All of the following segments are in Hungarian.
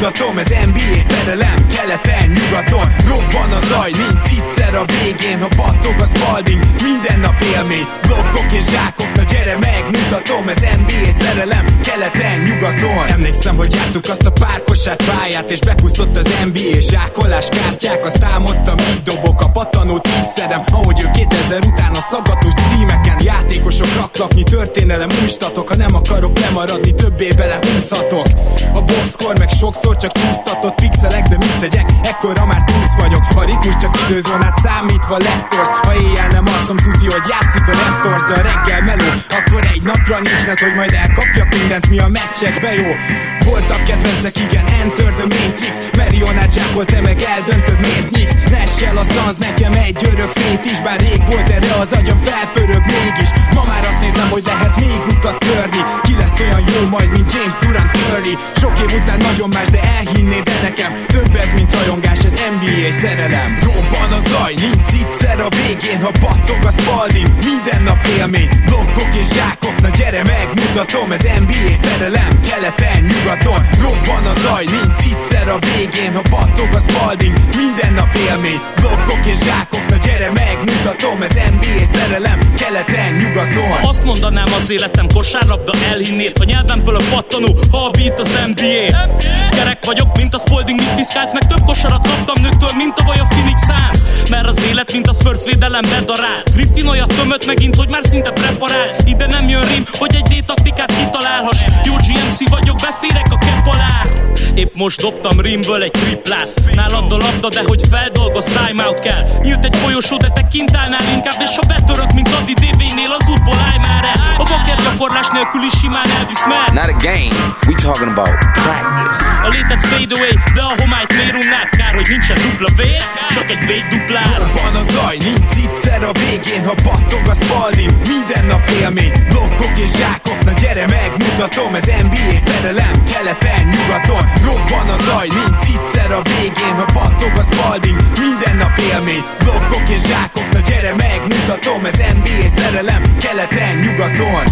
megmutatom, ez NBA szerelem, keleten, nyugaton. Robban a zaj, nincs egyszer a végén, ha battog a Spalding, minden nap élmény. Blokkok és zsákok, na gyere megmutatom, ez NBA szerelem, keleten, nyugaton. Emlékszem, hogy jártuk azt a párkosát pályát, és bekúszott az NBA zsákolás kártyák, azt támadtam, így dobok a patanót, így szedem, ahogy ő 2000 után a szaggatós streameken. Játékosok, raklapnyi, történelem, újstatok, ha nem akarok lemaradni, többé belehúzhatok. A boxkor meg sokszor csak csúsztatott pixelek, de mit tegyek, ekkora már túsz vagyok. A ritmus csak időzónát számítva lettorsz. Ha éjjel nem alszom, tudja, hogy játszik a Raptors, de a reggel meló, akkor egy napra nincs net, hogy majd elkapjak mindent, mi a meccsekbe jó. Voltak kedvencek, igen, Enter the Matrix, Marionát zsákol, te meg eldöntöd, miért nyíksz. Nessel a szansz, nekem egy örök fét is, bár rég volt erre az agyam, felpörög mégis. Ma már azt nézem, hogy lehet még utat törni, ki lesz olyan jó majd, mint James Durant, Curry. Sok év után nagyon más, de elhinnéd, de nekem több ez, mint rajongás, ez NBA szerelem. Robban a zaj, nincs egyszer a végén, ha battog a Spalding, minden nap élmény. Blokkok és zsákok, na gyere megmutatom, ez NBA szerelem, keleten, nyugaton. Robban a zaj, nincs egyszer a végén, ha battog a Spalding, minden nap élmény. Blokkok és zsákok, na gyere megmutatom, ez NBA szerelem, keleten, nyugaton. Azt mondanám, az életem kosárlabda, elhinnéd, a nyelvemből a pattanó, ha a beat az NBA. Gyerek vagyok, mint a Spalding, mit piszkálsz, meg több kosarat kaptam nőktől, mint tavaly a Phoenix Suns. Mert az élet, mint a Spurs védelem bedarál. Griffin olyat tömött megint, hogy már szinte preparál. Ide nem jön rím, hogy egy D-taktikát kitalálhass. Jó GMC vagyok, beférek a kepp alá. Épp most dobtam rimből egy triplát. Nálad a labda, de hogy feldolgoz, timeout kell. Nyílt egy folyosó, de te kint állnál inkább, és ha betörök, mint Adi DV-nél, az útból állj már el. A baker gyakorlás nélkül is simán elvisz meg. Not a game, we talking about practice. A létet fade away, de a homályt miért unnád? Kár, hogy nincsen dupla vér, csak egy véd duplár. Robban a zaj, nincs egyszer a végén, ha battog a Spalding, minden nap élmény. Blokkok és zsákok, na gyere megmutatom, ez NBA szerelem, keleten, nyugaton. Robban a zaj, nincs egyszer a végén, ha battog a Spalding, minden nap élmény. Blokkok és zsákok, na gyere megmutatom, ez NBA szerelem, keleten, nyugaton.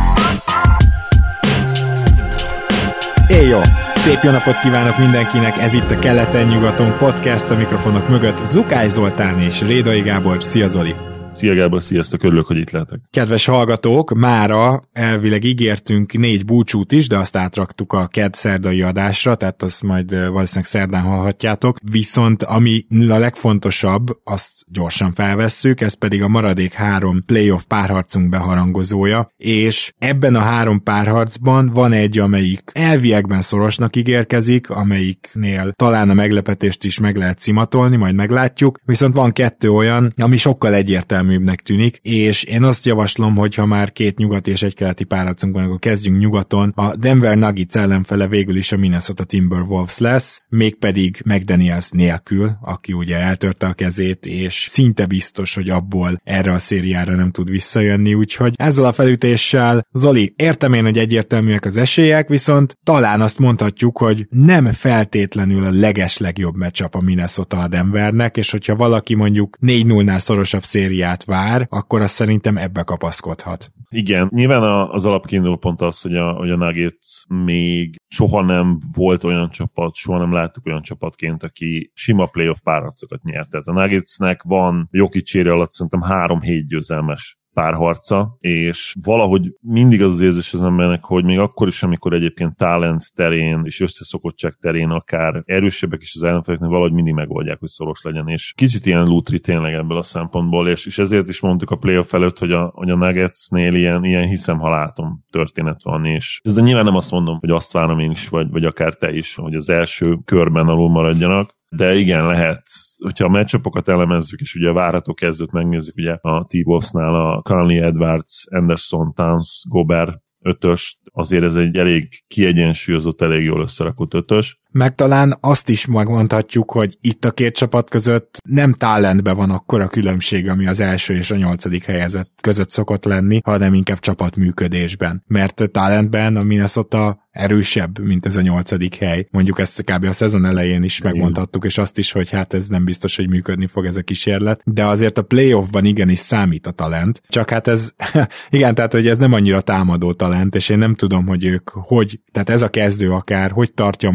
Éjjó! Szép jó napot kívánok mindenkinek, ez itt a Keleten-nyugaton podcast, a mikrofonok mögött Zukály Zoltán és Rédai Gábor. Szia Zoli! Szia Gábor, sziasztok, örülök, hogy itt lehetek. Kedves hallgatók, mára elvileg ígértünk 4 búcsút is, de azt átraktuk a kedd-szerdai adásra, tehát azt majd valószínűleg szerdán hallhatjátok. Viszont ami a legfontosabb, azt gyorsan felvesszük, ez pedig a maradék 3 playoff párharcunk beharangozója, és ebben a 3 párharcban van egy, amelyik elviekben szorosnak ígérkezik, amelyiknél talán a meglepetést is meg lehet szimatolni, majd meglátjuk, viszont van 2 olyan, ami sokkal egyértelműbbnek tűnik, és én azt javaslom, hogy ha már 2 nyugati és 1 keleti párharcunk van, akkor kezdjünk nyugaton. A Denver Nuggets ellenfele végül is a Minnesota Timberwolves lesz, mégpedig McDaniels nélkül, aki ugye eltörte a kezét, és szinte biztos, hogy abból erre a szériára nem tud visszajönni, úgyhogy ezzel a felütéssel, Zoli, értem én, hogy egyértelműek az esélyek, viszont talán azt mondhatjuk, hogy nem feltétlenül a legeslegjobb matchup a Minnesota a Denvernek, és hogyha valaki mondjuk 4-0-nál szorosabb szériát vár, akkor azt szerintem ebbe kapaszkodhat. Igen, nyilván az alapkiinduló pont az, hogy a Nuggets még soha nem volt olyan csapat, soha nem láttuk olyan csapatként, aki sima playoff párharcokat nyert. Tehát a Nuggetsnek van Jokic csere alatt szerintem 3-7 győzelmes párharca, és valahogy mindig az érzés az embernek, hogy még akkor is, amikor egyébként talent terén és összeszokottság terén akár erősebbek is az ellenfeleknek, valahogy mindig megoldják, hogy szoros legyen, és kicsit ilyen lútri tényleg ebből a szempontból, és ezért is mondtuk a playoff előtt, hogy a Nuggetsnél ilyen hiszem, ha látom történet van, és de nyilván nem azt mondom, hogy azt várom én is, vagy akár te is, hogy az első körben alul maradjanak, de igen, lehet, hogyha a matchupokat elemezzük, és ugye a várható kezdőt megnézzük, ugye a T-Wolvesnál a Conley, Edwards, Anderson, Towns, Gobert 5-ös, azért ez egy elég kiegyensúlyozott, elég jól összerakott 5-ös. Meg talán azt is megmondhatjuk, hogy itt a 2 csapat között nem talentben van akkora különbség, ami az első és a 8. helyezett között szokott lenni, hanem inkább csapatműködésben. Mert talentben a Minnesota erősebb, mint ez a 8. hely. Mondjuk ezt kb. A szezon elején is megmondhattuk, és azt is, hogy hát ez nem biztos, hogy működni fog ez a kísérlet, de azért a playoffban igenis számít a talent. Csak hát ez, igen, tehát hogy ez nem annyira támadó talent, és én nem tudom, hogy ők tehát ez a kezdő akár, hogy tartja majd a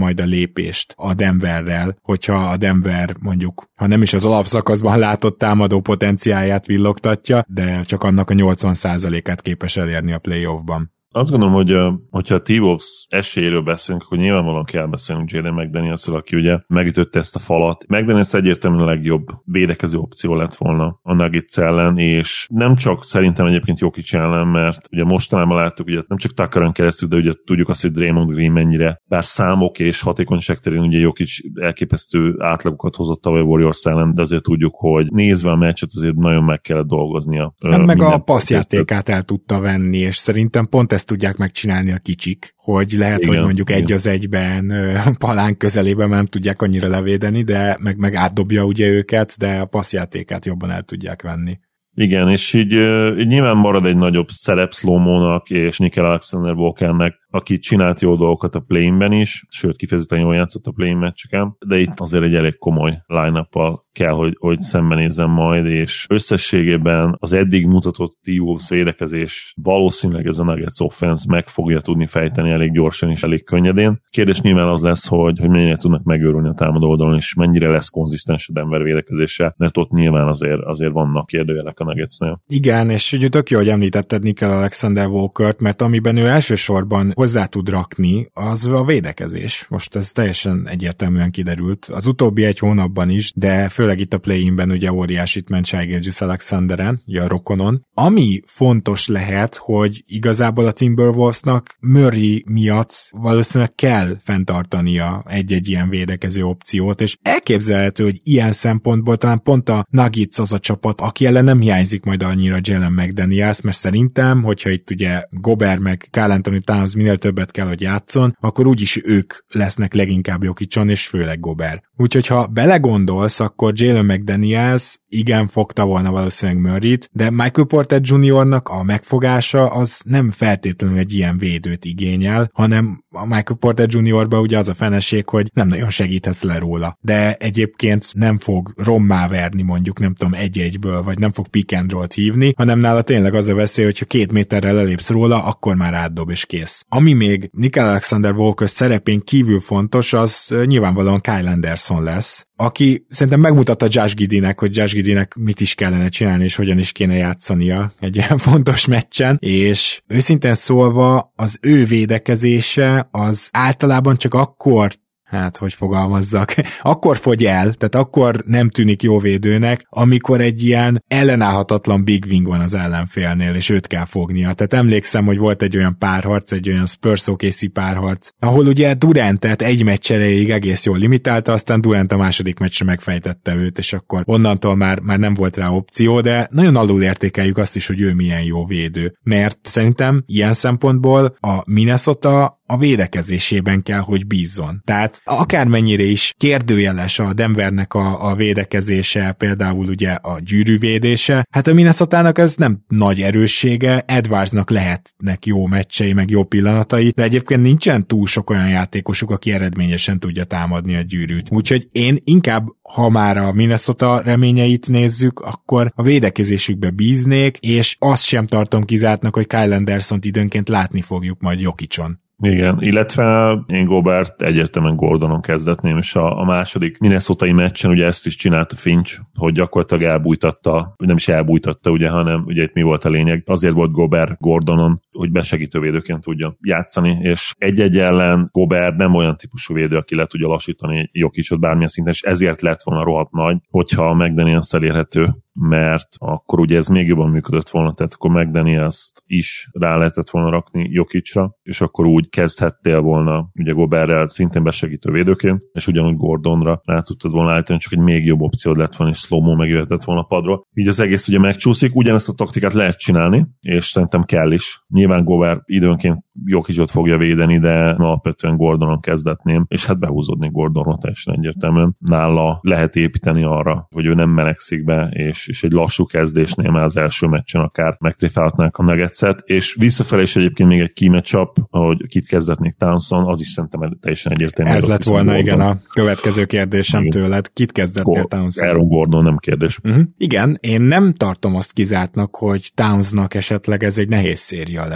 lépést a Denverrel, hogyha a Denver mondjuk, ha nem is az alapszakaszban látott támadó potenciáját villogtatja, de csak annak a 80%-át képes elérni a playoffban. Azt gondolom, hogy hogyha a T-Wolves esélyéről beszélünk, akkor nyilvánvalóan kell beszélnünk Jaden McDanielsről, aki ugye megütötte ezt a falat. McDaniels egyértelműen a legjobb védekező opció lett volna a Nuggets ellen, és nem csak szerintem egyébként Jokic ellen, mert ugye mostanában láttuk, ugye nem csak Tuckeren keresztül, de ugye tudjuk azt, hogy Draymond Green mennyire, bár számok és hatékonyság terén ugye Jokic elképesztő átlagokat hozott tavaly a Warriors ellen, de azért tudjuk, hogy nézve a meccset azért nagyon meg kellett dolgoznia. Meg a passzjátékát el tudta venni, és szerintem pont ezt tudják megcsinálni a kicsik, hogy lehet, igen, hogy mondjuk egy az egyben Palánk közelében nem tudják annyira levédeni, de meg átdobja ugye őket, de a passzjátékát jobban el tudják venni. Igen, és így nyilván marad egy nagyobb szerep Slow-Mo-nak és Nickel Alexander-Walkernek, aki csinált jó dolgokat a play-inben is, sőt kifejezetten jól játszott a play-in meccseken, de itt azért egy elég komoly line-up-pal kell, hogy szembenézzem majd, és összességében az eddig mutatott T-Wolves védekezés valószínűleg ez a Nuggets offense meg fogja tudni fejteni elég gyorsan és elég könnyedén. Kérdés nyilván az lesz, hogy mennyire tudnak megőrülni a támadó oldalon, és mennyire lesz konzisztens a Denver védekezése, mert ott nyilván azért vannak kérdőjelek a Nuggetsnél. Igen, és ugye tök jó, hogy említetted Nickel Alexander Walkert, mert amiben ő elsősorban hozzá tud rakni, az a védekezés. Most ez teljesen egyértelműen kiderült. Az utóbbi egy hónapban is, de főleg itt a play-inben ugye óriásit ment Shai Gilgeous-Alexanderen, ugye a rokonon. Ami fontos lehet, hogy igazából a Timberwolvesnak Murray miatt valószínűleg kell fenntartania egy-egy ilyen védekező opciót, és elképzelhető, hogy ilyen szempontból talán pont a Nuggets az a csapat, aki ellen nem hiányzik majd annyira Jalen McDaniels, mert szerintem, hogyha itt ugye Gobert meg Karl Anthony Towns minél többet kell, hogy játszon, akkor úgyis ők lesznek leginkább Jokicson, és főleg Gobert. Úgyhogy ha belegondolsz, akkor Jalen McDaniels igen fogta volna valószínűleg Murrayt, de Michael Porter Jr.-nak a megfogása az nem feltétlenül egy ilyen védőt igényel, hanem a Michael Porter Jr.-ba ugye az a feneség, hogy nem nagyon segíthetsz le róla. De egyébként nem fog rommá verni mondjuk, nem tudom, egy-egyből, vagy nem fog pick and roll-t hívni, hanem nála tényleg az a veszély, hogyha 2 méterrel elépsz róla, akkor már átdob és kész. Ami még Nickel Alexander Walker szerepén kívül fontos, az nyilvánvalóan Kyle Anderson lesz, aki szerintem megmutatta Josh Giddeynek, hogy Josh Giddeynek mit is kellene csinálni, és hogyan is kéne játszania egy ilyen fontos meccsen, és őszintén szólva az ő védekezése az általában csak akkor hogy fogalmazzak, akkor fogy el, tehát akkor nem tűnik jó védőnek, amikor egy ilyen ellenállhatatlan big wing van az ellenfélnél, és őt kell fognia. Tehát emlékszem, hogy volt egy olyan párharc, egy olyan Spurs OKC párharc, ahol ugye Durantet egy meccs erejéig egész jól limitálta, aztán Durant a második meccsre megfejtette őt, és akkor onnantól már nem volt rá opció, de nagyon alul értékeljük azt is, hogy ő milyen jó védő. Mert szerintem ilyen szempontból a Minnesota a védekezésében kell, hogy bízzon. Tehát akármennyire is kérdőjeles a Denvernek a védekezése, például ugye a gyűrűvédése, hát a Minnesotának ez nem nagy erőssége, Edwardsnak lehetnek jó meccsei, meg jó pillanatai, de egyébként nincsen túl sok olyan játékosuk, aki eredményesen tudja támadni a gyűrűt. Úgyhogy én inkább, ha már a Minnesota reményeit nézzük, akkor a védekezésükbe bíznék, és azt sem tartom kizártnak, hogy Kyle Andersont időnként látni fogjuk majd Jokicson. Igen, illetve én Gobert egyértelműen Gordonon kezdetném, és a második minnesotai meccsen ugye ezt is csinálta Finch, hogy gyakorlatilag elbújtatta, nem is elbújtatta, ugye, hanem ugye itt mi volt a lényeg, azért volt Gobert Gordonon, hogy besegítővédőként tudjon játszani, és egy-egy ellen Gobert nem olyan típusú védő, aki le tudja lassítani Jokicot bármilyen szinten, és ezért lett volna rohadt nagy, hogyha a McDaniels elérhető, mert akkor ugye ez még jobban működött volna, tehát akkor McDaniels-t is rá lehetett volna rakni Jokicra, és akkor úgy kezdhettél volna ugye Goberrel szintén besegítő védőként, és ugyanúgy Gordonra rá tudtad volna állítani, csak egy még jobb opciód lett volna, és Slow-Mo megjöhetett volna padról. Így az egész ugye megcsúszik, ugyanezt a taktikát lehet csinálni, és szerintem kell is. Nyilván Gobert időnként Jokicot fogja védeni, de alapvetően Gordonon kezdetném, és hát behúzódni Gordonról teljesen egyértelműen. Nála lehet építeni arra, hogy ő nem melegszik be, és egy lassú kezdésnél már az első meccsen akár megtréfálhatnák a Nuggetset, és visszafelé is egyébként még egy key matchup, hogy kit kezdetnék Townsend, az is szerintem teljesen egyértelmű. Ez lett volna, Gordon. Igen, a következő kérdésem tőled. Kit kezdetnél Townsend? Aaron Gordon, nem kérdés. Igen, én nem tartom azt kizártnak, hogy Townsnak esetleg ez egy nehéz széria lesz.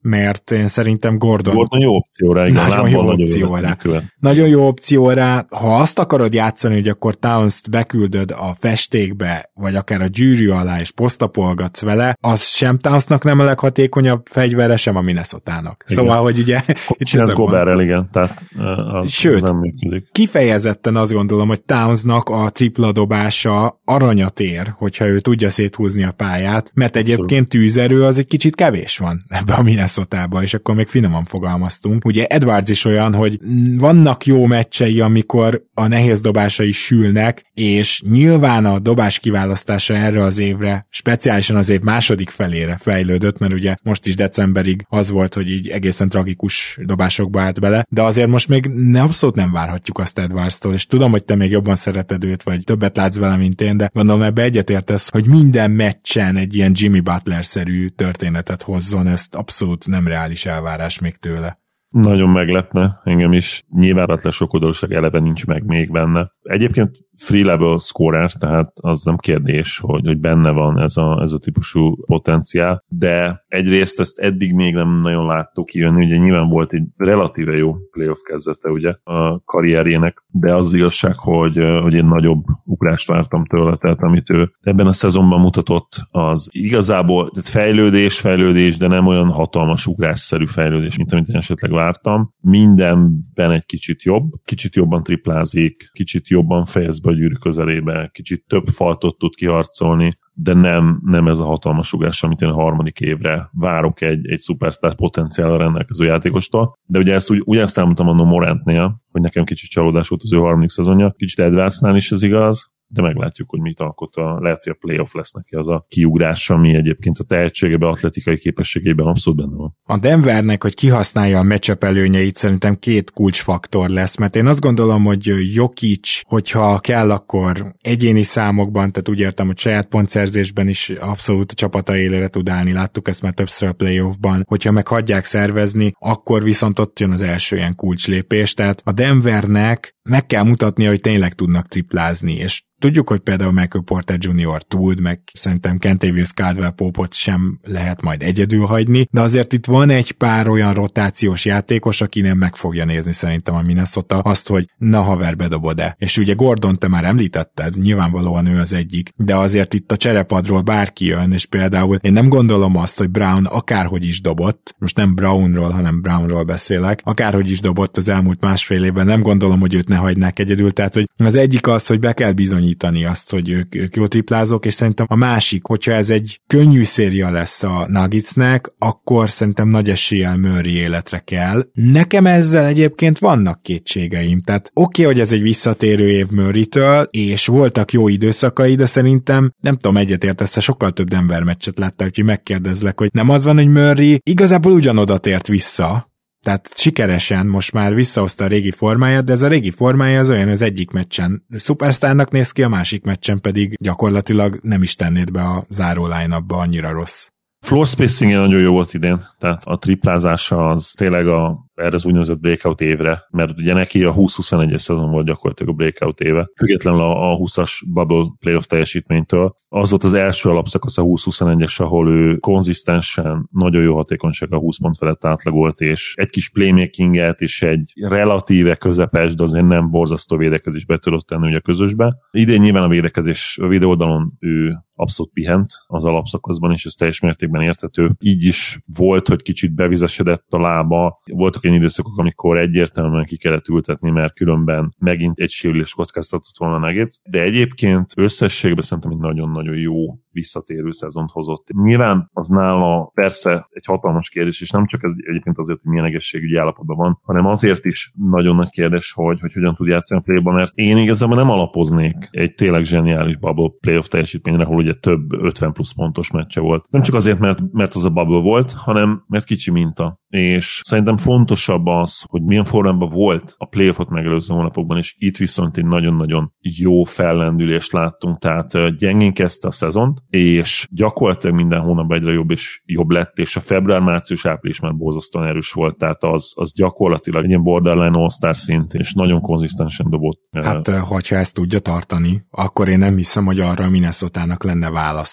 mert én szerintem Gordon jó opció rá, igen, nagyon jó opció rá. Nagyon jó opció rá. Ha azt akarod játszani, hogy akkor Towns-t beküldöd a festékbe, vagy akár a gyűrű alá, és posztapolgatsz vele, az sem Townsnak nem a leghatékonyabb fegyvere, sem a Minnesotának. Igen. Szóval, hogy ugye... Csinálsz Goberrel, igen, tehát sőt, nem működik. Kifejezetten azt gondolom, hogy Townsnak a tripla dobása aranyat ér, hogyha ő tudja széthúzni a pályát, mert egyébként tűzerő az egy kicsit kevés van ebbe a Minnesotába, és akkor még finoman fogalmaztunk. Ugye Edwards is olyan, hogy vannak jó meccsei, amikor a nehéz dobásai sülnek, és nyilván a dobás kiválasztása erre az évre, speciálisan az év második felére fejlődött, mert ugye most is decemberig az volt, hogy így egészen tragikus dobásokba állt bele, de azért most még abszolút nem várhatjuk azt Edwardstól, és tudom, hogy te még jobban szereted őt, vagy többet látsz vele, mint én, de gondolom ebbe egyetértesz, hogy minden meccsen egy ilyen Jimmy Butler-szerű történetet hozzon, ezt abszolút nem reális elvárás még tőle. Nagyon meglepne engem is. Nyilván Butler sokodolóság eleve nincs meg még benne. Egyébként free level scorer, tehát az nem kérdés, hogy benne van ez a típusú potenciál, de egyrészt ezt eddig még nem nagyon láttuk kijönni, ugye nyilván volt egy relatíve jó playoff kezdete ugye a karrierjének, de az igazság, hogy én nagyobb ugrást vártam tőle, tehát amit ő ebben a szezonban mutatott, az igazából fejlődés, de nem olyan hatalmas ugrásszerű fejlődés, mint amit én esetleg vártam. Mindenben egy kicsit jobb, kicsit jobban triplázik, kicsit jobban fejez be a gyűrű közelébe, kicsit több faltot tud kiharcolni, de nem ez a hatalmas ugrás, amit én a harmadik évre várok egy szupersztár potenciállal rendelkező játékostól. De ugye ezt elmondtam annól Morantnél, hogy nekem kicsit csalódás volt az ő harmadik szezonja, kicsit Edwardsnál is ez igaz, de meglátjuk, hogy mit alkot. Lehet, hogy a playoff lesz neki az a kiugrás, ami egyébként a tehetségében, atletikai képességében abszolút benne van. A Denvernek, hogy kihasználja a matchup előnyeit, szerintem két kulcsfaktor lesz, mert én azt gondolom, hogy Jokic, hogyha kell, akkor egyéni számokban, tehát úgy értem, hogy saját pontszerzésben is abszolút a csapata élére tud állni, láttuk ezt már többször a playoffban, hogyha meg hagyják szervezni, akkor viszont ott jön az első ilyen kulcslépés, tehát a Denvernek meg kell mutatnia, hogy tényleg tudnak triplázni, és tudjuk, hogy például Michael Porter Jr. tud, meg szerintem Kentavious Caldwell-Popot sem lehet majd egyedül hagyni, de azért itt van egy pár olyan rotációs játékos, aki nem meg fogja nézni szerintem a Minnesota azt, hogy na haver, bedobod-e. És ugye Gordon te már említetted, nyilvánvalóan ő az egyik, de azért itt a cserepadról bárki jön, és például én nem gondolom azt, hogy Brown akárhogy is dobott, most nem Brownról, hanem Brownról beszélek, akárhogy is dobott az elmúlt másfél évben, nem gondolom, hogy őt ne hagynák egyedül, tehát hogy az egyik az, hogy be kell bizonyítani azt, hogy ők jó triplázók, és szerintem a másik, hogyha ez egy könnyű széria lesz a Nuggetsnek, akkor szerintem nagy eséllyel Murray életre kell. Nekem ezzel egyébként vannak kétségeim, tehát oké, hogy ez egy visszatérő év Murraytől, és voltak jó időszakai, de szerintem, nem tudom, egyetértesz, sokkal több Denver meccset láttál, úgyhogy megkérdezlek, hogy nem az van, hogy Murray igazából ugyanoda tért vissza, tehát sikeresen most már visszahozta a régi formáját, de ez a régi formája az olyan, az egyik meccsen szupersztárnak néz ki, a másik meccsen pedig gyakorlatilag nem is tennéd be a záró line-upba, annyira rossz. Floor spacing-e nagyon jó volt idén, tehát a triplázása az tényleg erre az úgynevezett breakout évre, mert ugye neki a 20-21-es szezon volt gyakorlatilag a breakout éve. Függetlenül a 20-as bubble playoff teljesítménytől. Az volt az első alapszakasz a 20-21-es, ahol ő konzisztensen, nagyon jó hatékonysággal 20 pont felett átlagolt, és egy kis playmakinget és egy relatíve közepes, de azért nem borzasztó védekezés be tudott tenni ugye a közösbe. Idén nyilván a védőoldalon ő abszolút pihent az alapszakaszban, és ez teljes mértékben érthető. Így is volt, hogy kicsit bevizesedett a lába. Voltak olyan időszakok, amikor egyértelműen ki kellett ültetni, mert különben megint egy sérülés kockáztatott volna Nuggets. De egyébként összességben szerintem egy nagyon-nagyon jó visszatérő szezont hozott. Nyilván az nála persze egy hatalmas kérdés, és nem csak ez egyébként azért, hogy milyen egészségügyi állapotban van, hanem azért is nagyon nagy kérdés, hogy hogyan tud játszani a play-ba, mert én igazából nem alapoznék egy tényleg zseniális bubble playoff teljesítményre, ahol ugye több 50 plusz pontos meccse volt. Nem csak azért, mert az a bubble volt, hanem mert kicsi minta. És szerintem fontosabb az, hogy milyen formában volt a playoffot megelőző hónapokban, és itt viszont egy nagyon-nagyon jó fellendülést láttunk, tehát gyengén kezdte a szezont, és gyakorlatilag minden hónapban egyre jobb és jobb lett, és a február, március, április már borzasztóan erős volt, tehát az gyakorlatilag egy ilyen borderline all-star szint, és nagyon konzisztensen dobott. Hát, hogyha ezt tudja tartani, akkor én nem hiszem, hogy arra a Minnesotának lenne válasza.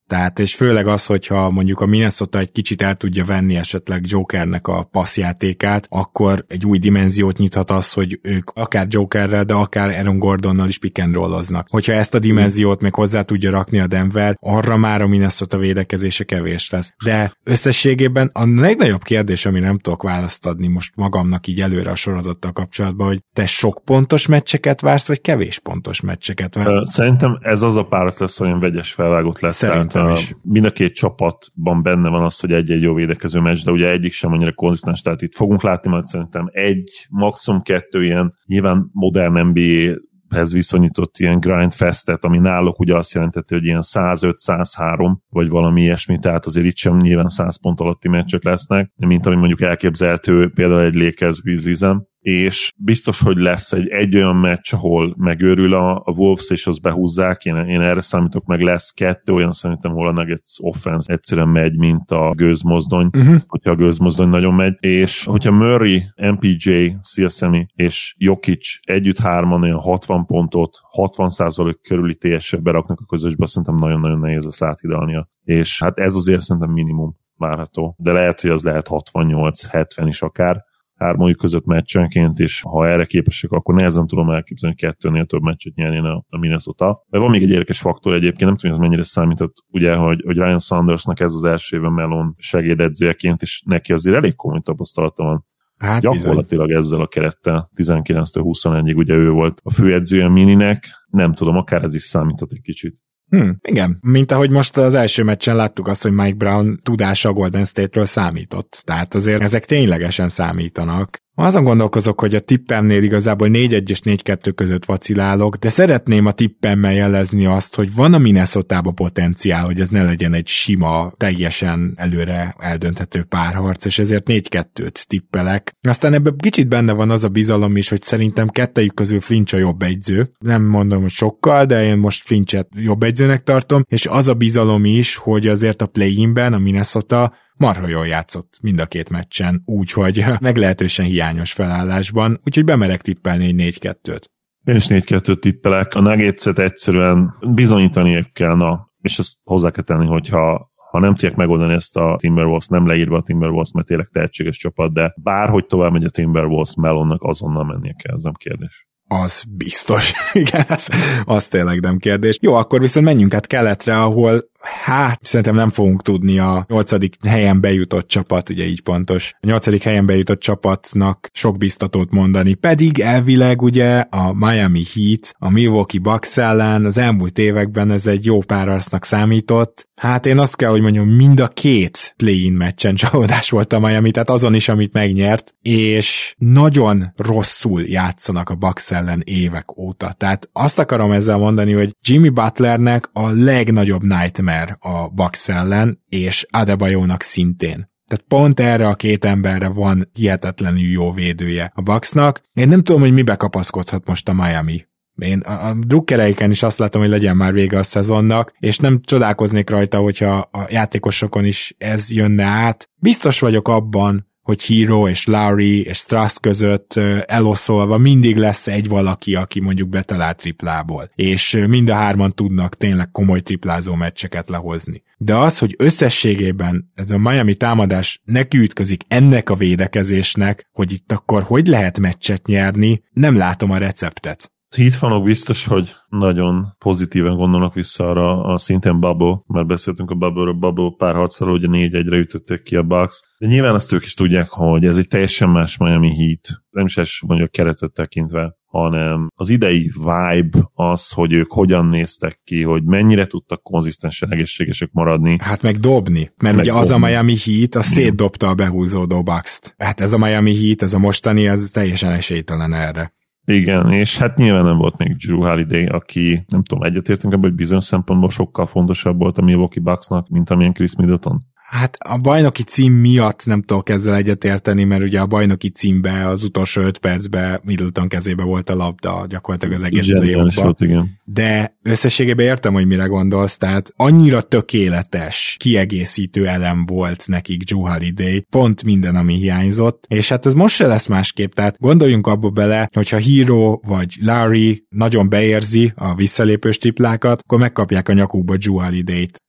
Tehát, és főleg az, hogyha mondjuk a Minnesota egy kicsit el tudja venni esetleg Jokernek a passzjátékát, akkor egy új dimenziót nyithat az, hogy ők akár Jokerrel, de akár Aaron Gordonnal is pick and rolloznak. Hogyha ezt a dimenziót még hozzá tudja rakni a Denver, arra már a Minnesota védekezése kevés lesz. De összességében a legnagyobb kérdés, ami nem tudok választ adni most magamnak így előre a sorozattal kapcsolatban, hogy te sok pontos meccseket vársz, vagy kevés pontos meccseket vársz? Szerintem ez az a párat lesz, olyan vegyes felvágott lesz. Szerintem is. Mind a két csapatban benne van az, hogy egy-egy jó védekező meccs, de ugye egyik sem annyira konzisztens, tehát itt fogunk látni majd szerintem egy, maximum 2 ilyen nyilván modern NBA-hez viszonyított ilyen grind festet, ami náluk ugye azt jelentette, hogy ilyen 105-103, vagy valami ilyesmi, tehát azért itt sem nyilván 100 pont alatti meccsek lesznek, mint ami mondjuk elképzelhető például egy Lakers-Grizzlies-en, és biztos, hogy lesz egy olyan meccs, ahol megőrül a Wolves, és azt behúzzák, én erre számítok, meg lesz 2 olyan szerintem, ahol a Nuggets offense egyszerűen megy, mint a gőzmozdony, hogyha a gőzmozdony nagyon megy, és hogyha Murray, MPJ, Siakam és Jokic együtt 3-an olyan 60 pontot, 60% körüli TS-et beraknak a közösbe, szerintem nagyon-nagyon nehéz ezt áthidalnia. És hát ez azért szerintem minimum várható. De lehet, hogy az lehet 68-70 is akár, 3 között meccsenként, és ha erre képesek, akkor nehezen tudom elképzelni, hogy 2-nél több meccset nyerjen a Minnesota. De van még egy érdekes faktor egyébként, nem tudom, hogy ez mennyire számított, ugye, hogy Ryan Saundersnak ez az első éve Melon segédedzőjeként, és neki azért elég komoly tapasztalata van. Hát gyakorlatilag bizony. Ezzel a kerettel 19-től 21-ig ugye ő volt a főedzője Mininek, nem tudom, akár ez is számított egy kicsit. Igen, mint ahogy most az első meccsen láttuk azt, hogy Mike Brown tudása a Golden State-ről számított. Tehát azért ezek ténylegesen számítanak. Azon gondolkozok, hogy a tippemnél igazából 4-1 és 4-2 között vacilálok, de szeretném a tippemmel jelezni azt, hogy van a Minnesota-ba potenciál, hogy ez ne legyen egy sima, teljesen előre eldönthető párharc, és ezért 4-2-t tippelek. Aztán ebben kicsit benne van az a bizalom is, hogy szerintem kettejük közül Flinch a jobb egyző. Nem mondom, hogy sokkal, de én most Flinchet jobb egyzőnek tartom, és az a bizalom is, hogy azért a play-inben a Minnesota marha jól játszott mind a két meccsen, úgyhogy meglehetősen hiányos felállásban, úgyhogy bemerek tippelni egy 4-2-t. Én is 4-2-t tippelek. A Nuggets-et egyszerűen bizonyítaniuk kell, és ezt hozzá kell tenni, hogyha nem tudják megoldani ezt a Timberwolves, nem leírva a Timberwolves, mert tényleg tehetséges csapat, de bárhogy tovább megy a Timberwolves, Melonnak azonnal mennie kell, ez nem kérdés. Az biztos. Igen, az tényleg nem kérdés. Jó, akkor viszont menjünk át keletre, ahol szerintem nem fogunk tudni a 8. helyen bejutott csapat, ugye így pontos. A 8. helyen bejutott csapatnak sok biztatót mondani, pedig elvileg ugye a Miami Heat, a Milwaukee Bucks ellen az elmúlt években ez egy jó párharcnak számított. Hát én azt kell, hogy mondjam, mind a 2 play-in meccsen csalódás volt a Miami, tehát azon is, amit megnyert, és nagyon rosszul játszanak a Bucks ellen évek óta. Tehát azt akarom ezzel mondani, hogy Jimmy Butlernek a legnagyobb nightmare a Bucks ellen, és Adebayonak szintén. Tehát pont erre a 2 emberre van hihetetlenül jó védője a Bucksnak. Én nem tudom, hogy mibe kapaszkodhat most a Miami. Én a drukkereiken is azt látom, hogy legyen már vége a szezonnak, és nem csodálkoznék rajta, hogyha a játékosokon is ez jönne át. Biztos vagyok abban, hogy Hero és Lowry és Strass között eloszolva mindig lesz egy valaki, aki mondjuk betalált triplából, és mind a 3 tudnak tényleg komoly triplázó meccseket lehozni. De az, hogy összességében ez a Miami támadás nekiütközik ennek a védekezésnek, hogy itt akkor hogy lehet meccset nyerni, nem látom a receptet. Heat-fanok biztos, hogy nagyon pozitíven gondolnak vissza arra a szintén bubble, mert beszéltünk a bubble párharcról, ugye 4-1-re ütötték ki a Bucks. De nyilván azt ők is tudják, hogy ez egy teljesen más Miami Heat, nem is mondjuk a keretet tekintve, hanem az idei vibe az, hogy ők hogyan néztek ki, hogy mennyire tudtak konzisztensen egészségesek maradni. Hát meg dobni, mert ugye az a Miami Heat, az szétdobta a behúzódó Bucks-t. Hát ez a Miami Heat, ez a mostani, ez teljesen esélytelen erre. Igen, és hát nyilván nem volt még Drew Holiday, aki, nem tudom, egyetértünk ebben, hogy bizonyos szempontból sokkal fontosabb volt a Milwaukee Bucksnak, mint amilyen Chris Middleton. Hát a bajnoki cím miatt nem tudok ezzel egyetérteni, mert ugye a bajnoki címbe az utolsó 5 percben Middleton kezébe volt a labda gyakorlatilag az egész playoffban. De összességében értem, hogy mire gondolsz, tehát annyira tökéletes, kiegészítő elem volt nekik Drew Holiday, pont minden, ami hiányzott, és hát ez most se lesz másképp, tehát gondoljunk abba bele, hogyha Hero vagy Larry nagyon beérzi a visszalépős triplákat, akkor megkapják a nyakukba Drew Holiday-t.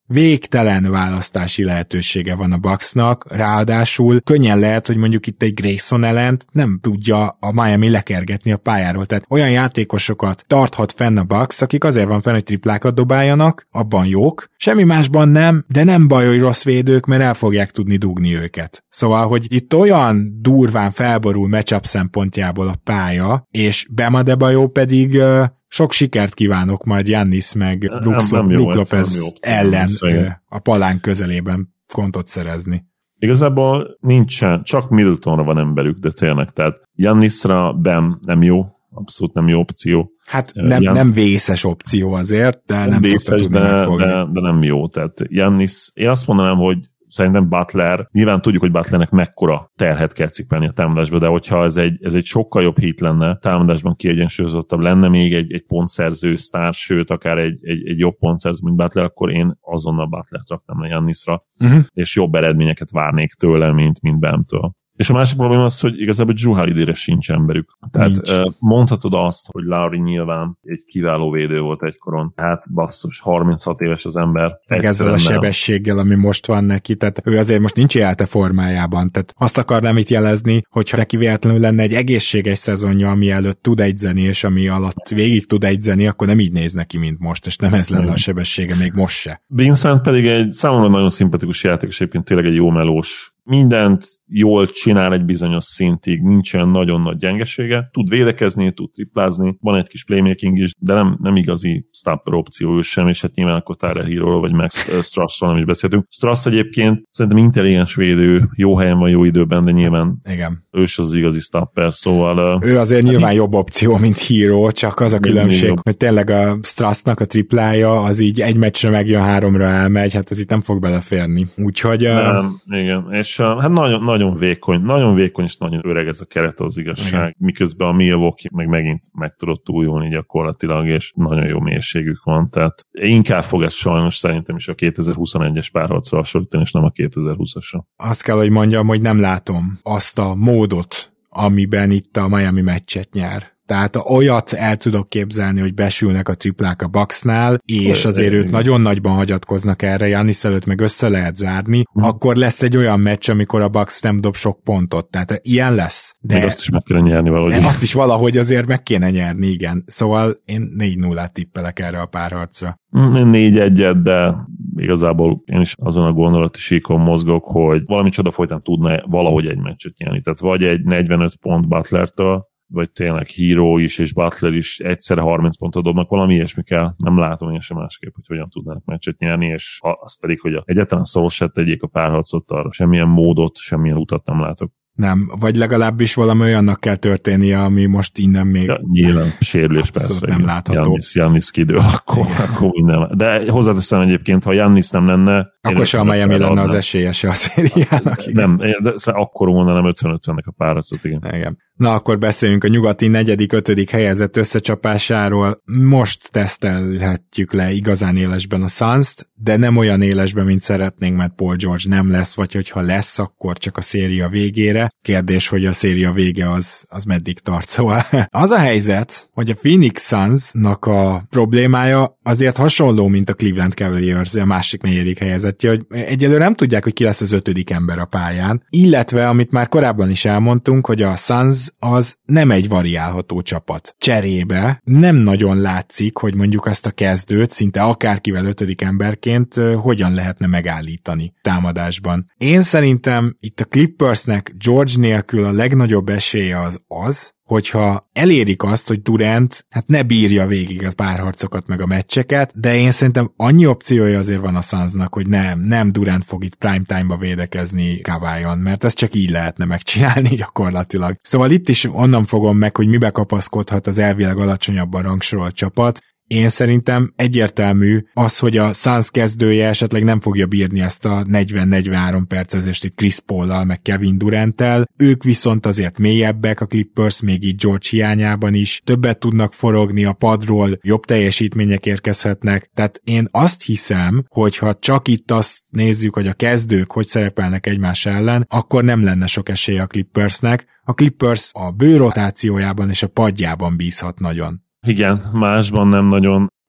végtelen választási lehetősége van a Bucksnak, ráadásul könnyen lehet, hogy mondjuk itt egy Grayson Allent nem tudja a Miami lekergetni a pályáról, tehát olyan játékosokat tarthat fenn a Bucks, akik azért van fenn, hogy triplákat dobáljanak, abban jók, semmi másban nem, de nem baj, hogy rossz védők, mert el fogják tudni dugni őket. Szóval, hogy itt olyan durván felborul matchup szempontjából a pálya, és Bam Adebayo pedig sok sikert kívánok majd Giannis meg Brook Lopez ellen a palánk közelében kontot szerezni. Igazából nincsen, csak Middletonra van emberük, de tényleg, tehát Giannisra Bam nem jó, abszolút nem jó opció. Hát nem vészes opció azért, de nem vészes, szokta tudni megfogni. De nem jó, tehát Giannis, én azt mondanám, hogy szerintem Butler, nyilván tudjuk, hogy Butlernek mekkora terhet kell cipelni a támadásba, de hogyha ez egy sokkal jobb hit lenne, támadásban kiegyensúlyozottabb lenne még egy pontszerző sztár, sőt, akár egy jobb pontszerző, mint Butler, akkor én azonnal Butlert raktam le Giannisra, és jobb eredményeket várnék tőle, mint Bamtől. És a másik probléma az, hogy igazából Drew Holiday-re sincs emberük. Tehát mondhatod azt, hogy Lowry nyilván egy kiváló védő volt egykoron. Hát basszus, 36 éves az ember. Ezzel a sebességgel, ami most van neki, tehát ő azért most nincs élte formájában. Tehát azt akarnám itt jelezni, hogyha neki véletlenül lenne egy egészséges szezonja, ami előtt tud egyzeni, és ami alatt végig tud egyzeni, akkor nem így néz neki, mint most, és nem ez lenne a sebessége még most se. Vincent pedig egy számomra nagyon szimpatikus játékos, egyébként tényleg egy jó melós. Mindent jól csinál egy bizonyos szintig, nincsen nagyon nagy gyengesége, tud védekezni, tud triplázni, van egy kis playmaking is, de nem igazi stopper opció ő sem, és hát nyilván akkor Tyler Herro vagy Max Strassról nem is beszéltünk. Strass egyébként szerintem intelligens védő, jó helyen van, jó időben, de nyilván ő is az igazi stopper, szóval... Ő azért nyilván jobb opció, mint Herro, csak az a különbség, hogy tényleg a Strassnak a triplája az így egy meccsre megjön, 3-ra elmegy, hát ez itt nem fog beleférni. Úgyhogy... Nem, igen, és hát nagyon vékony és nagyon öreg ez a keret, az igazság. Igen. Miközben a Milwaukee megint meg tudott újulni gyakorlatilag, és nagyon jó mélységük van, tehát inkább fog ez sajnos szerintem is a 2021-es párharcra hasonlítani, és nem a 2020-asra. Azt kell, hogy mondjam, hogy nem látom azt a módot, amiben itt a Miami meccset nyer. Tehát olyat el tudok képzelni, hogy besülnek a triplák a Bucksnál, és azért ők nagyon nagyban hagyatkoznak erre, Giannis előtt meg össze lehet zárni, akkor lesz egy olyan meccs, amikor a Bucks nem dob sok pontot. Tehát ilyen lesz. De azt is meg kéne nyerni valahogy. Azt is valahogy azért meg kéne nyerni, igen. Szóval én 4-0-át tippelek erre a párharcra. 4-1-et, de igazából én is azon a gondolati síkon mozgok, hogy valami csoda folytán tudna valahogy egy meccset nyerni. Tehát vagy egy 45 pont Butlertől, vagy tényleg Herro is, és Butler is egyszerre 30 pontot dobnak, valami ilyesmi kell. Nem látom én sem másképp, hogy hogyan tudnának meccset nyerni, és az pedig, hogy egyáltalán szoros tegyék a párharcot, arra semmilyen módot, semmilyen utat nem látok. Nem, vagy legalábbis valami olyannak kell történnie, ami most innen még... Ja, nyilván, sérülés persze. Nem látható. Jannis kidől, akkor minden. De hozzáteszem egyébként, ha Jannis nem lenne... Akkor sem a Miami lenne az esélyese a szériának. Nem, de akkor mondanám 50-50-nek a párharcot, igen. Na, akkor beszéljünk a nyugati 4.-5. helyezett összecsapásáról. Most tesztelhetjük le igazán élesben a Suns-t, de nem olyan élesben, mint szeretnénk, mert Paul George nem lesz, vagy hogyha lesz, akkor csak a széria végére. Kérdés, hogy a széria vége az meddig tart. Szóval az a helyzet, hogy a Phoenix Suns-nak a problémája azért hasonló, mint a Cleveland Cavaliers, a másik 4. helyezettje, hogy egyelőre nem tudják, hogy ki lesz az 5. ember a pályán, illetve, amit már korábban is elmondtunk, hogy a Suns az nem egy variálható csapat. Cserébe nem nagyon látszik, hogy mondjuk azt a kezdőt szinte akárkivel 5. emberként hogyan lehetne megállítani támadásban. Én szerintem itt a Clippersnek George nélkül a legnagyobb esélye az, hogyha elérik azt, hogy Durant ne bírja végig a párharcokat meg a meccseket, de én szerintem annyi opciója azért van a Sunsnak, hogy nem Durant fog itt prime time-ba védekezni Kawhi-on, mert ezt csak így lehetne megcsinálni gyakorlatilag. Szóval itt is onnan fogom meg, hogy mibe kapaszkodhat az elvileg alacsonyabban rangsorolt csapat. Én szerintem egyértelmű az, hogy a Suns kezdője esetleg nem fogja bírni ezt a 40-43 percezést itt Chris Paul-lal, meg Kevin Durant-tel. Ők viszont azért mélyebbek, a Clippers még így George hiányában is, többet tudnak forogni a padról, jobb teljesítmények érkezhetnek. Tehát én azt hiszem, hogy ha csak itt azt nézzük, hogy a kezdők hogy szerepelnek egymás ellen, akkor nem lenne sok esélye a Clippersnek. A Clippers a bő rotációjában és a padjában bízhat nagyon. Igen, másban nem nagyon.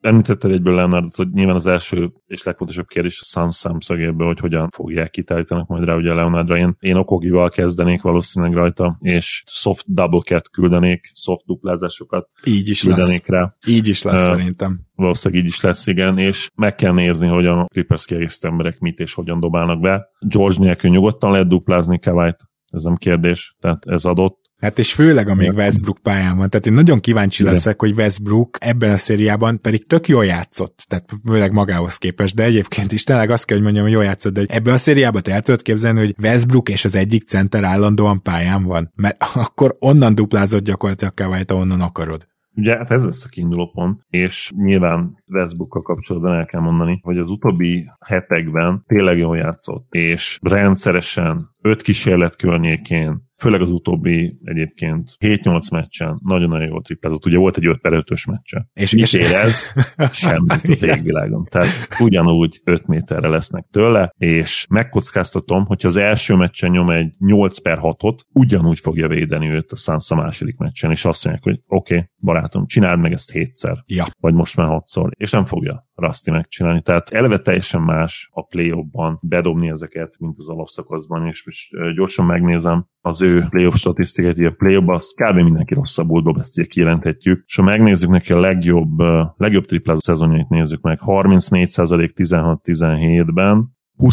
említetted egyből Leonardot, hogy nyilván az első és legfontosabb kérdés a Suns szemszögéből, hogy hogyan fogják kitállítanak majd rá ugye Leonardra. Én Okogival kezdenék valószínűleg rajta, és soft double-ket küldenék, soft duplázásokat így is küldenék lesz. Rá. Így is lesz szerintem. Valószínűleg így is lesz, igen, és meg kell nézni, hogy a Clippers kiegészítő emberek mit és hogyan dobálnak be. George nélkül nyugodtan lehet duplázni Kawhit, ez nem kérdés, tehát ez adott. Hát és főleg, amíg Westbrook pályán van. Tehát én nagyon kíváncsi leszek, hogy Westbrook ebben a szériában pedig tök jól játszott, tehát főleg magához képest, de egyébként is tényleg azt kell, hogy mondjam, hogy jól játszott, de ebben a szériában te el tudod képzelni, hogy Westbrook és az egyik center állandóan pályán van, mert akkor onnan duplázott gyakorlatilag Kawhit, onnan akarod. Ugye, hát ez lesz a kiinduló pont, és nyilván Westbrookkal kapcsolatban el kell mondani, hogy az utóbbi hetekben tényleg jól játszott, és rendszeresen 5 kísérlet környékén, főleg az utóbbi egyébként 7-8 meccsen nagyon-nagyon jól triplázott. Ugye volt egy 5x5-ös meccse. És mit érez? Semmit az égvilágon. Tehát ugyanúgy 5 méterre lesznek tőle, és megkockáztatom, hogyha az első meccsen nyom egy 8x6-ot, ugyanúgy fogja védeni őt a Suns a második meccsen, és azt mondják, hogy oké, barátom, csináld meg ezt 7-szer. Ja. Vagy most már 6-szor. És nem fogja Rusty megcsinálni. Tehát eleve teljesen más a play-offban bedobni ezeket, mint az alapszakaszban, és most gyorsan megnézem az ő playoff statisztikát, a playoffban az kb. Mindenki rosszabbul dob, ezt ugye kijelenthetjük. És ha megnézzük neki a legjobb triplázó szezonjait nézzük meg, 34% 16-17-ben,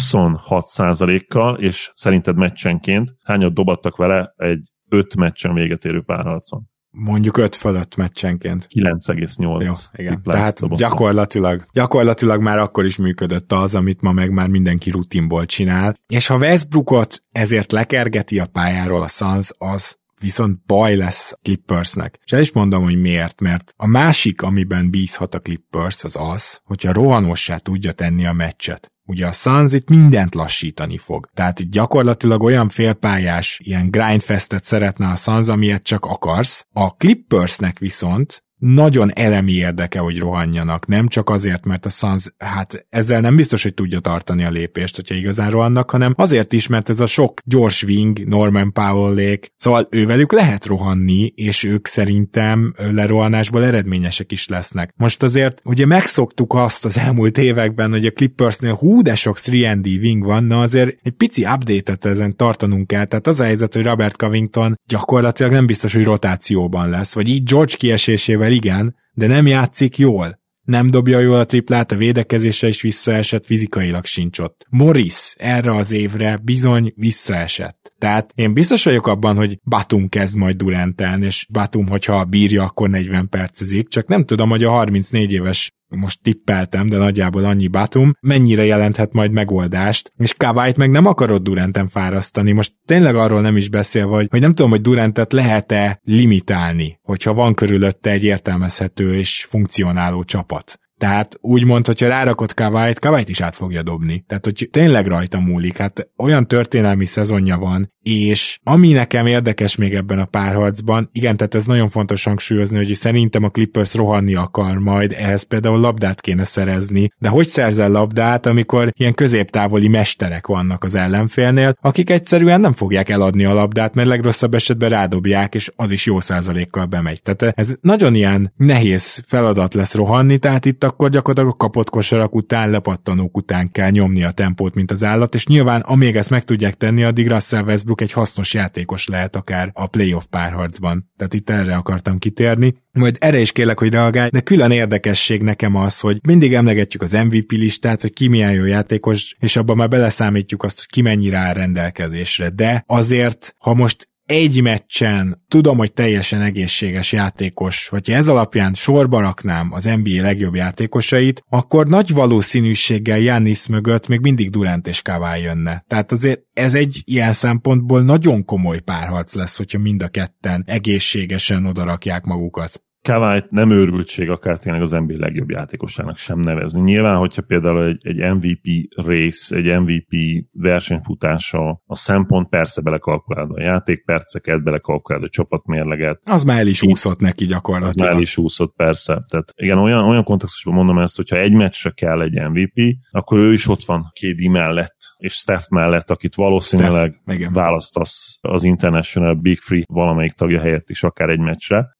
26%-kal, és szerinted meccsenként hányat dobattak vele egy 5 meccsen véget érő párharcon? Mondjuk 5 fölött meccsenként. 9,8. Jó, igen. Tehát gyakorlatilag már akkor is működött az, amit ma meg már mindenki rutinból csinál. És ha Westbrookot ezért lekergeti a pályáról a Suns, az viszont baj lesz a Clippersnek. És el is mondom, hogy miért, mert a másik, amiben bízhat a Clippers, az az, hogyha rohanossá tudja tenni a meccset. Ugye a Suns itt mindent lassítani fog. Tehát itt gyakorlatilag olyan félpályás, ilyen grindfestet szeretne a Suns, amilyet csak akarsz. A Clippersnek viszont nagyon elemi érdeke, hogy rohanjanak. Nem csak azért, mert a Suns, hát ezzel nem biztos, hogy tudja tartani a lépést, hogyha igazán rohannak, hanem azért is, mert ez a sok gyors wing, Norman Powell-ék, szóval ővelük lehet rohanni, és ők szerintem lerohanásból eredményesek is lesznek. Most azért ugye megszoktuk azt az elmúlt években, hogy a Clippersnél de sok 3&D wing van, na azért egy pici update-et ezen tartanunk kell, tehát az a helyzet, hogy Robert Covington gyakorlatilag nem biztos, hogy rotációban lesz, vagy így George kiesésével igen, de nem játszik jól. Nem dobja jól a triplát, a védekezésre is visszaesett, fizikailag sincs ott. Morris erre az évre bizony visszaesett. Tehát én biztos vagyok abban, hogy Batum kezd majd Duranten, és Batum, hogyha bírja, akkor 40 percezik, csak nem tudom, hogy a 34 éves, most tippeltem, de nagyjából annyi Batum, mennyire jelenthet majd megoldást, és Kawhit meg nem akarod Duranten fárasztani, most tényleg arról nem is beszélve, hogy nem tudom, hogy Durantet lehet-e limitálni, hogyha van körülötte egy értelmezhető és funkcionáló csapat. Tehát úgymond, hogyha rárakod Kawhit is át fogja dobni. Tehát, hogy tényleg rajta múlik. Hát olyan történelmi szezonja van, és ami nekem érdekes még ebben a párharcban, igen, tehát ez nagyon fontos hangsúlyozni, hogy szerintem a Clippers rohanni akar majd, ehhez például labdát kéne szerezni. De hogy szerzel labdát, amikor ilyen középtávoli mesterek vannak az ellenfélnél, akik egyszerűen nem fogják eladni a labdát, mert legrosszabb esetben rádobják, és az is jó százalékkal bemegy. Tehát ez nagyon ilyen nehéz feladat lesz rohanni, tehát itt akkor gyakorlatilag a kapott kosarak után, lepattanók után kell nyomni a tempót, mint az állat, és nyilván amíg ezt meg tudják tenni, addig Russell Westbrook egy hasznos játékos lehet akár a playoff párharcban. Tehát itt erre akartam kitérni. Majd erre is kérlek, hogy reagálj, de külön érdekesség nekem az, hogy mindig emlegetjük az MVP listát, hogy ki milyen jó játékos, és abban már beleszámítjuk azt, hogy ki mennyire áll rendelkezésre. De azért, ha most egy meccsen tudom, hogy teljesen egészséges játékos, hogyha ez alapján sorba raknám az NBA legjobb játékosait, akkor nagy valószínűséggel Giannis mögött még mindig Durant és Kawhi jönne. Tehát azért ez egy ilyen szempontból nagyon komoly párharc lesz, hogyha mind a ketten egészségesen odarakják magukat. Kawhit nem őrültség akár tényleg az NBA legjobb játékosának sem nevezni. Nyilván, hogyha például egy MVP race, egy MVP versenyfutása, a szempont persze belekalkulálod a játékperceket, belekalkulálod a csapatmérleget. Az már el is úszott neki gyakorlatilag. Az már el is úszott, persze. Tehát igen, olyan kontextusban mondom ezt, hogyha egy meccsre kell egy MVP, akkor ő is ott van KD mellett, és Steph mellett, akit valószínűleg választasz az International Big Three valamelyik tagja helyett is akár egy meccsre.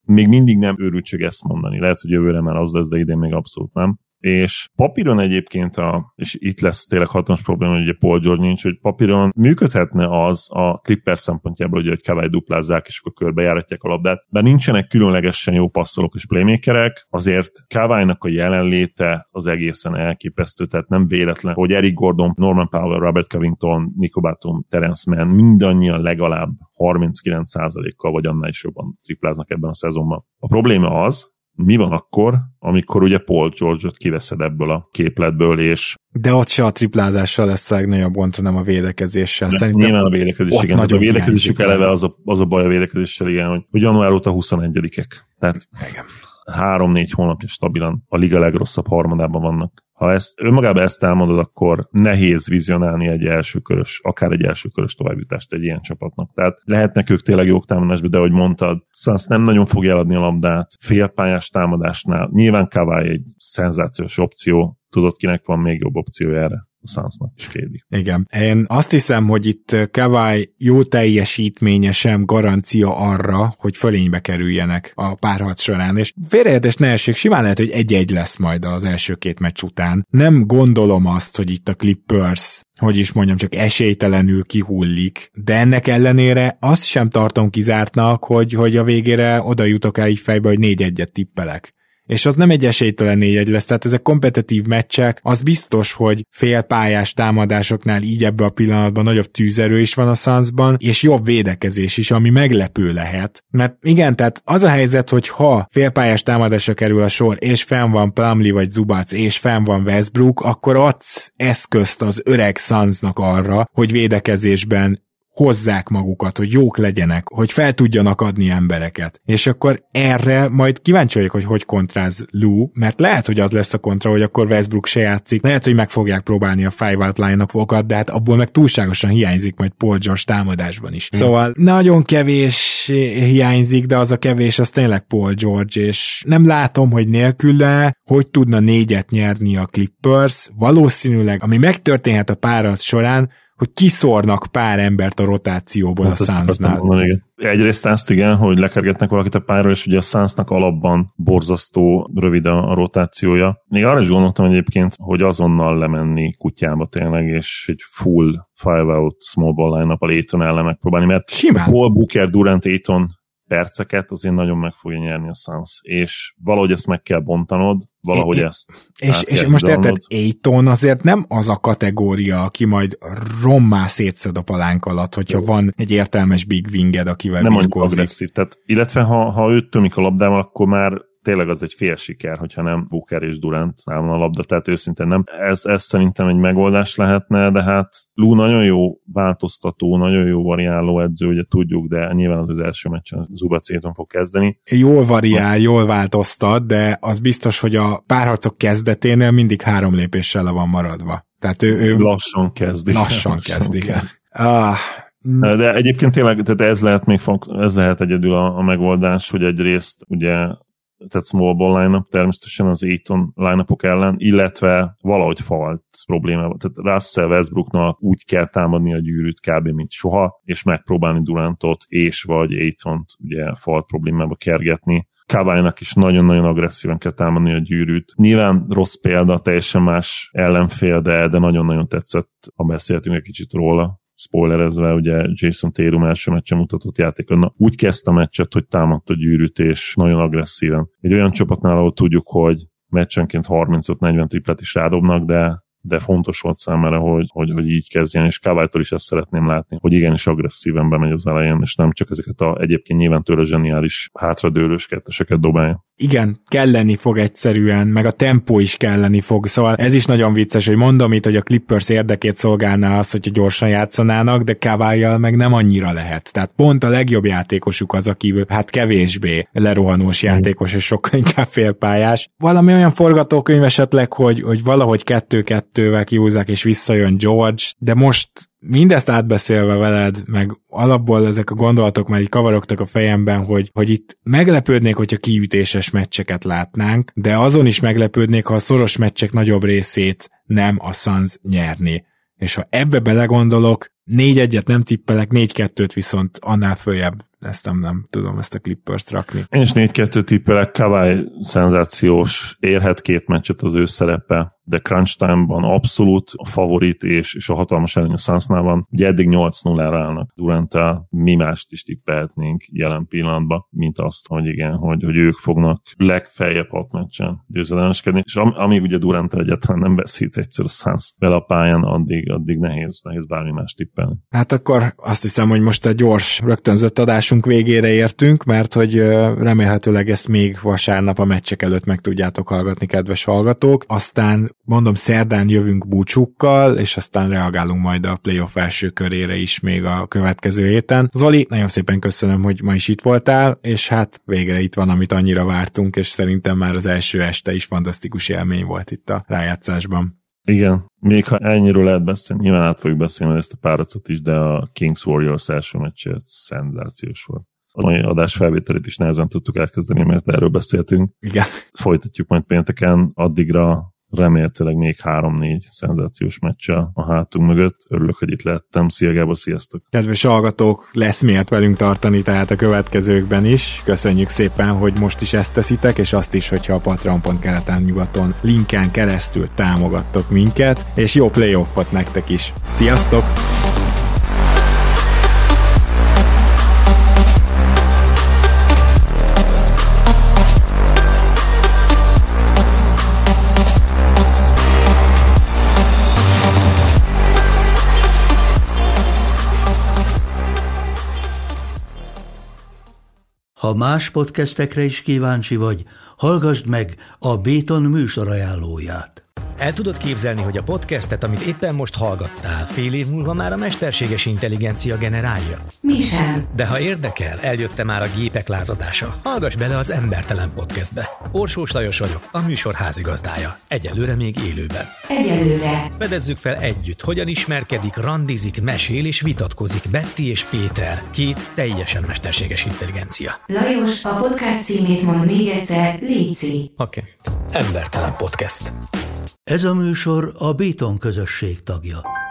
még mindig nem őrültség ezt mondani. Lehet, hogy jövőre már az lesz, de idén még abszolút nem. És papíron egyébként, és itt lesz tényleg hatalmas probléma, hogy ugye Paul George nincs, hogy papíron működhetne az a Clippers szempontjából, hogy Kawhi duplázzák, és akkor körbejáratják a labdát, de nincsenek különlegesen jó passzolók és playmakerek, azért Kawhi-nak a jelenléte az egészen elképesztő, tehát nem véletlen, hogy Eric Gordon, Norman Powell, Robert Covington, Nico Batum, Terence Mann mindannyian legalább 39%-kal vagy annál is jobban tripláznak ebben a szezonban. A probléma az, mi van akkor, amikor ugye Paul George-ot kiveszed ebből a képletből, és... De ott se a triplázással lesz a legnagyobb gond, hanem a védekezéssel. Szerintem nyilván a védekezés, igen. A védekezésük eleve az a baj a védekezéssel, igen, hogy január óta 21-ek. Tehát 3-4 hónapja stabilan a liga legrosszabb harmadában vannak. Ha önmagában ezt elmondod, akkor nehéz vizionálni akár egy elsőkörös továbbjutást egy ilyen csapatnak. Tehát lehetnek ők tényleg jók támadásban, de ahogy mondtad, Suns nem nagyon fogja eladni a labdát, félpályás támadásnál. Nyilván Kawhi egy szenzációs opció, tudod, kinek van még jobb opciója erre? A Sunsnak is kéri. Igen. Én azt hiszem, hogy itt Kawhi jó teljesítménye sem garancia arra, hogy fölénybe kerüljenek a párharc során, és félreértés ne essék, simán lehet, hogy 1-1 lesz majd az első 2 meccs után. Nem gondolom azt, hogy itt a Clippers, hogy is mondjam, csak esélytelenül kihullik, de ennek ellenére azt sem tartom kizártnak, hogy a végére oda jutok el így fejbe, hogy 4-1-et tippelek. És az nem egy esélytelen 4-1 lesz, tehát ezek kompetitív meccsek, az biztos, hogy félpályás támadásoknál így ebben a pillanatban nagyobb tűzerő is van a Sunsban, és jobb védekezés is, ami meglepő lehet. Mert igen, tehát az a helyzet, hogy ha félpályás támadásra kerül a sor, és fenn van Plumlee vagy Zubac, és fenn van Westbrook, akkor adsz eszközt az öreg Sunsnak arra, hogy védekezésben hozzák magukat, hogy jók legyenek, hogy fel tudjanak adni embereket. És akkor erre majd kíváncsi vagyok, hogy kontráz Lou, mert lehet, hogy az lesz a kontra, hogy akkor Westbrook se játszik, lehet, hogy meg fogják próbálni a five out line-okat, de hát abból meg túlságosan hiányzik majd Paul George támadásban is. Szóval nagyon kevés hiányzik, de az a kevés, az tényleg Paul George, és nem látom, hogy nélküle hogy tudna 4-et nyerni a Clippers. Valószínűleg, ami megtörténhet a párharc során, hogy kiszórnak pár embert a rotációból a Sunsnál. Egyrészt ezt igen, hogy lekergetnek valakit a pályáról, és ugye a Sunsnak alapban borzasztó rövid a rotációja. Még arra is gondoltam egyébként, hogy azonnal lemenni kutyába tényleg, és egy full five-out small ball line-up-al Ayton ellen megpróbálni, mert simán. Paul, Booker, Durant, Ayton perceket azért nagyon meg fogja nyerni a Suns, és valahogy ezt meg kell bontanod, valahogy ezt és most érted, Ayton azért nem az a kategória, aki majd rommá szétszed a palánk alatt, hogyha van egy értelmes big winged, akivel nem agresszív, tehát illetve ha őt tömik a labdával, akkor már tényleg az egy fél siker, hogyha nem Booker és Durant van a labda, tehát őszintén nem. Ez szerintem egy megoldás lehetne, de hát Lou nagyon jó változtató, nagyon jó variáló edző, ugye tudjuk, de nyilván az első meccsen Zubac Ayton fog kezdeni. Jól variál, jól változtat, de az biztos, hogy a párharcok kezdeténél mindig 3 lépéssel le van maradva. Tehát ő lassan kezdi. Lassan kezdi, igen. De egyébként tényleg, tehát ez lehet egyedül a megoldás, hogy egyrészt ugye tehát small ball line-up természetesen az Ayton line-upok ellen, illetve valahogy falt problémával. Tehát Russell Westbrooknak úgy kell támadni a gyűrűt kb. Mint soha, és megpróbálni Durantot és vagy Aytont ugye falt problémába kergetni. Kawhi-nak is nagyon-nagyon agresszíven kell támadni a gyűrűt. Nyilván rossz példa, teljesen más ellenfél, de nagyon-nagyon tetszett, ha beszéltünk egy kicsit róla. Spoilerezve, ugye Jason Tatum első meccsen mutatott játékon. Úgy kezdte a meccset, hogy támadta a gyűrűt, és nagyon agresszíven. Egy olyan csapatnál, ahol tudjuk, hogy meccsenként 35-40 triplet is rádobnak, de fontos volt számára, hogy így kezdjen, és Kawhi-tól is ezt szeretném látni, hogy igenis agresszíven bemegy az elején, és nem csak ezeket egyébként nyilván tőle zseniális hátradőlős ketteseket dobálja. Igen, kelleni fog egyszerűen, meg a tempó is kelleni fog, szóval ez is nagyon vicces, hogy mondom itt, hogy a Clippers érdekét szolgálná az, hogyha gyorsan játszanának, de Kawhi-jal meg nem annyira lehet. Tehát pont a legjobb játékosuk az, aki hát kevésbé lerohanós játékos, és sokkal inkább félpályás. Valami olyan forgatókönyv esetleg, hogy valahogy 2-2-vel kihúzzák, és visszajön George, de most mindezt átbeszélve veled, meg alapból ezek a gondolatok már így kavarogtak a fejemben, hogy itt meglepődnék, hogyha kiütéses meccseket látnánk, de azon is meglepődnék, ha a szoros meccsek nagyobb részét nem a Suns nyerni. És ha ebbe belegondolok, 4-1-et nem tippelek, 4-2-t viszont annál följebb ezt nem tudom ezt a Clippers-t rakni. Én is 4-2 tippelek, Kawhi szenzációs, érhet 2 meccset az ő szerepe, de crunch time-ban abszolút a favorit, és a hatalmas előny a Sunsnál van. Ugye eddig 8-0-ra állnak Duranttel, mi mást is tippelhetnénk jelen pillanatban, mint azt, hogy igen, hogy ők fognak legfeljebb 6 meccsen győzelemeskedni, és amíg ugye Duranttel egyáltalán nem veszít egyszer a Suns vele a pályán, addig nehéz bármi más tippelni. Hát akkor azt hiszem, hogy most a gyors rögtönzött adásunk végére értünk, mert hogy remélhetőleg ezt még vasárnap a meccsek előtt meg tudjátok hallgatni, kedves hallgatók. Aztán mondom, szerdán jövünk búcsúkkal, és aztán reagálunk majd a playoff első körére is még a következő héten. Zoli, nagyon szépen köszönöm, hogy ma is itt voltál, és hát végre itt van, amit annyira vártunk, és szerintem már az első este is fantasztikus élmény volt itt a rájátszásban. Igen, még ha ennyiről lehet beszélni, nyilván át fogjuk beszélni ezt a páracot is, de a Kings Warriors első meccset szenzációs volt. A mai adás felvételét is nehezen tudtuk elkezdeni, mert erről beszéltünk. Igen. Folytatjuk majd pénteken, addigra remélhetőleg még 3-4 szenzációs meccsel a hátunk mögött. Örülök, hogy itt lettem. Szia Gábor, sziasztok! Kedves hallgatók, lesz miért velünk tartani, tehát a következőkben is. Köszönjük szépen, hogy most is ezt teszitek, és azt is, hogyha a patreon.keleten-nyugaton linken keresztül támogattok minket, és jó playoffot nektek is. Sziasztok! Ha más podcastekre is kíváncsi vagy, hallgassd meg a Béton műsor ajánlóját. El tudod képzelni, hogy a podcastet, amit éppen most hallgattál, fél év múlva már a mesterséges intelligencia generálja? Mi sem. De ha érdekel, eljött már a gépek lázadása. Hallgass bele az Embertelen podcastbe. Orsós Lajos vagyok, a műsor házigazdája. Egyelőre még élőben. Egyelőre. Fedezzük fel együtt, hogyan ismerkedik, randizik, mesél és vitatkozik Betty és Péter, 2 teljesen mesterséges intelligencia. Lajos, a podcast címét mondd még egyszer, léci. Oké. Embertelen podcast. Ez a műsor a Béton közösség tagja.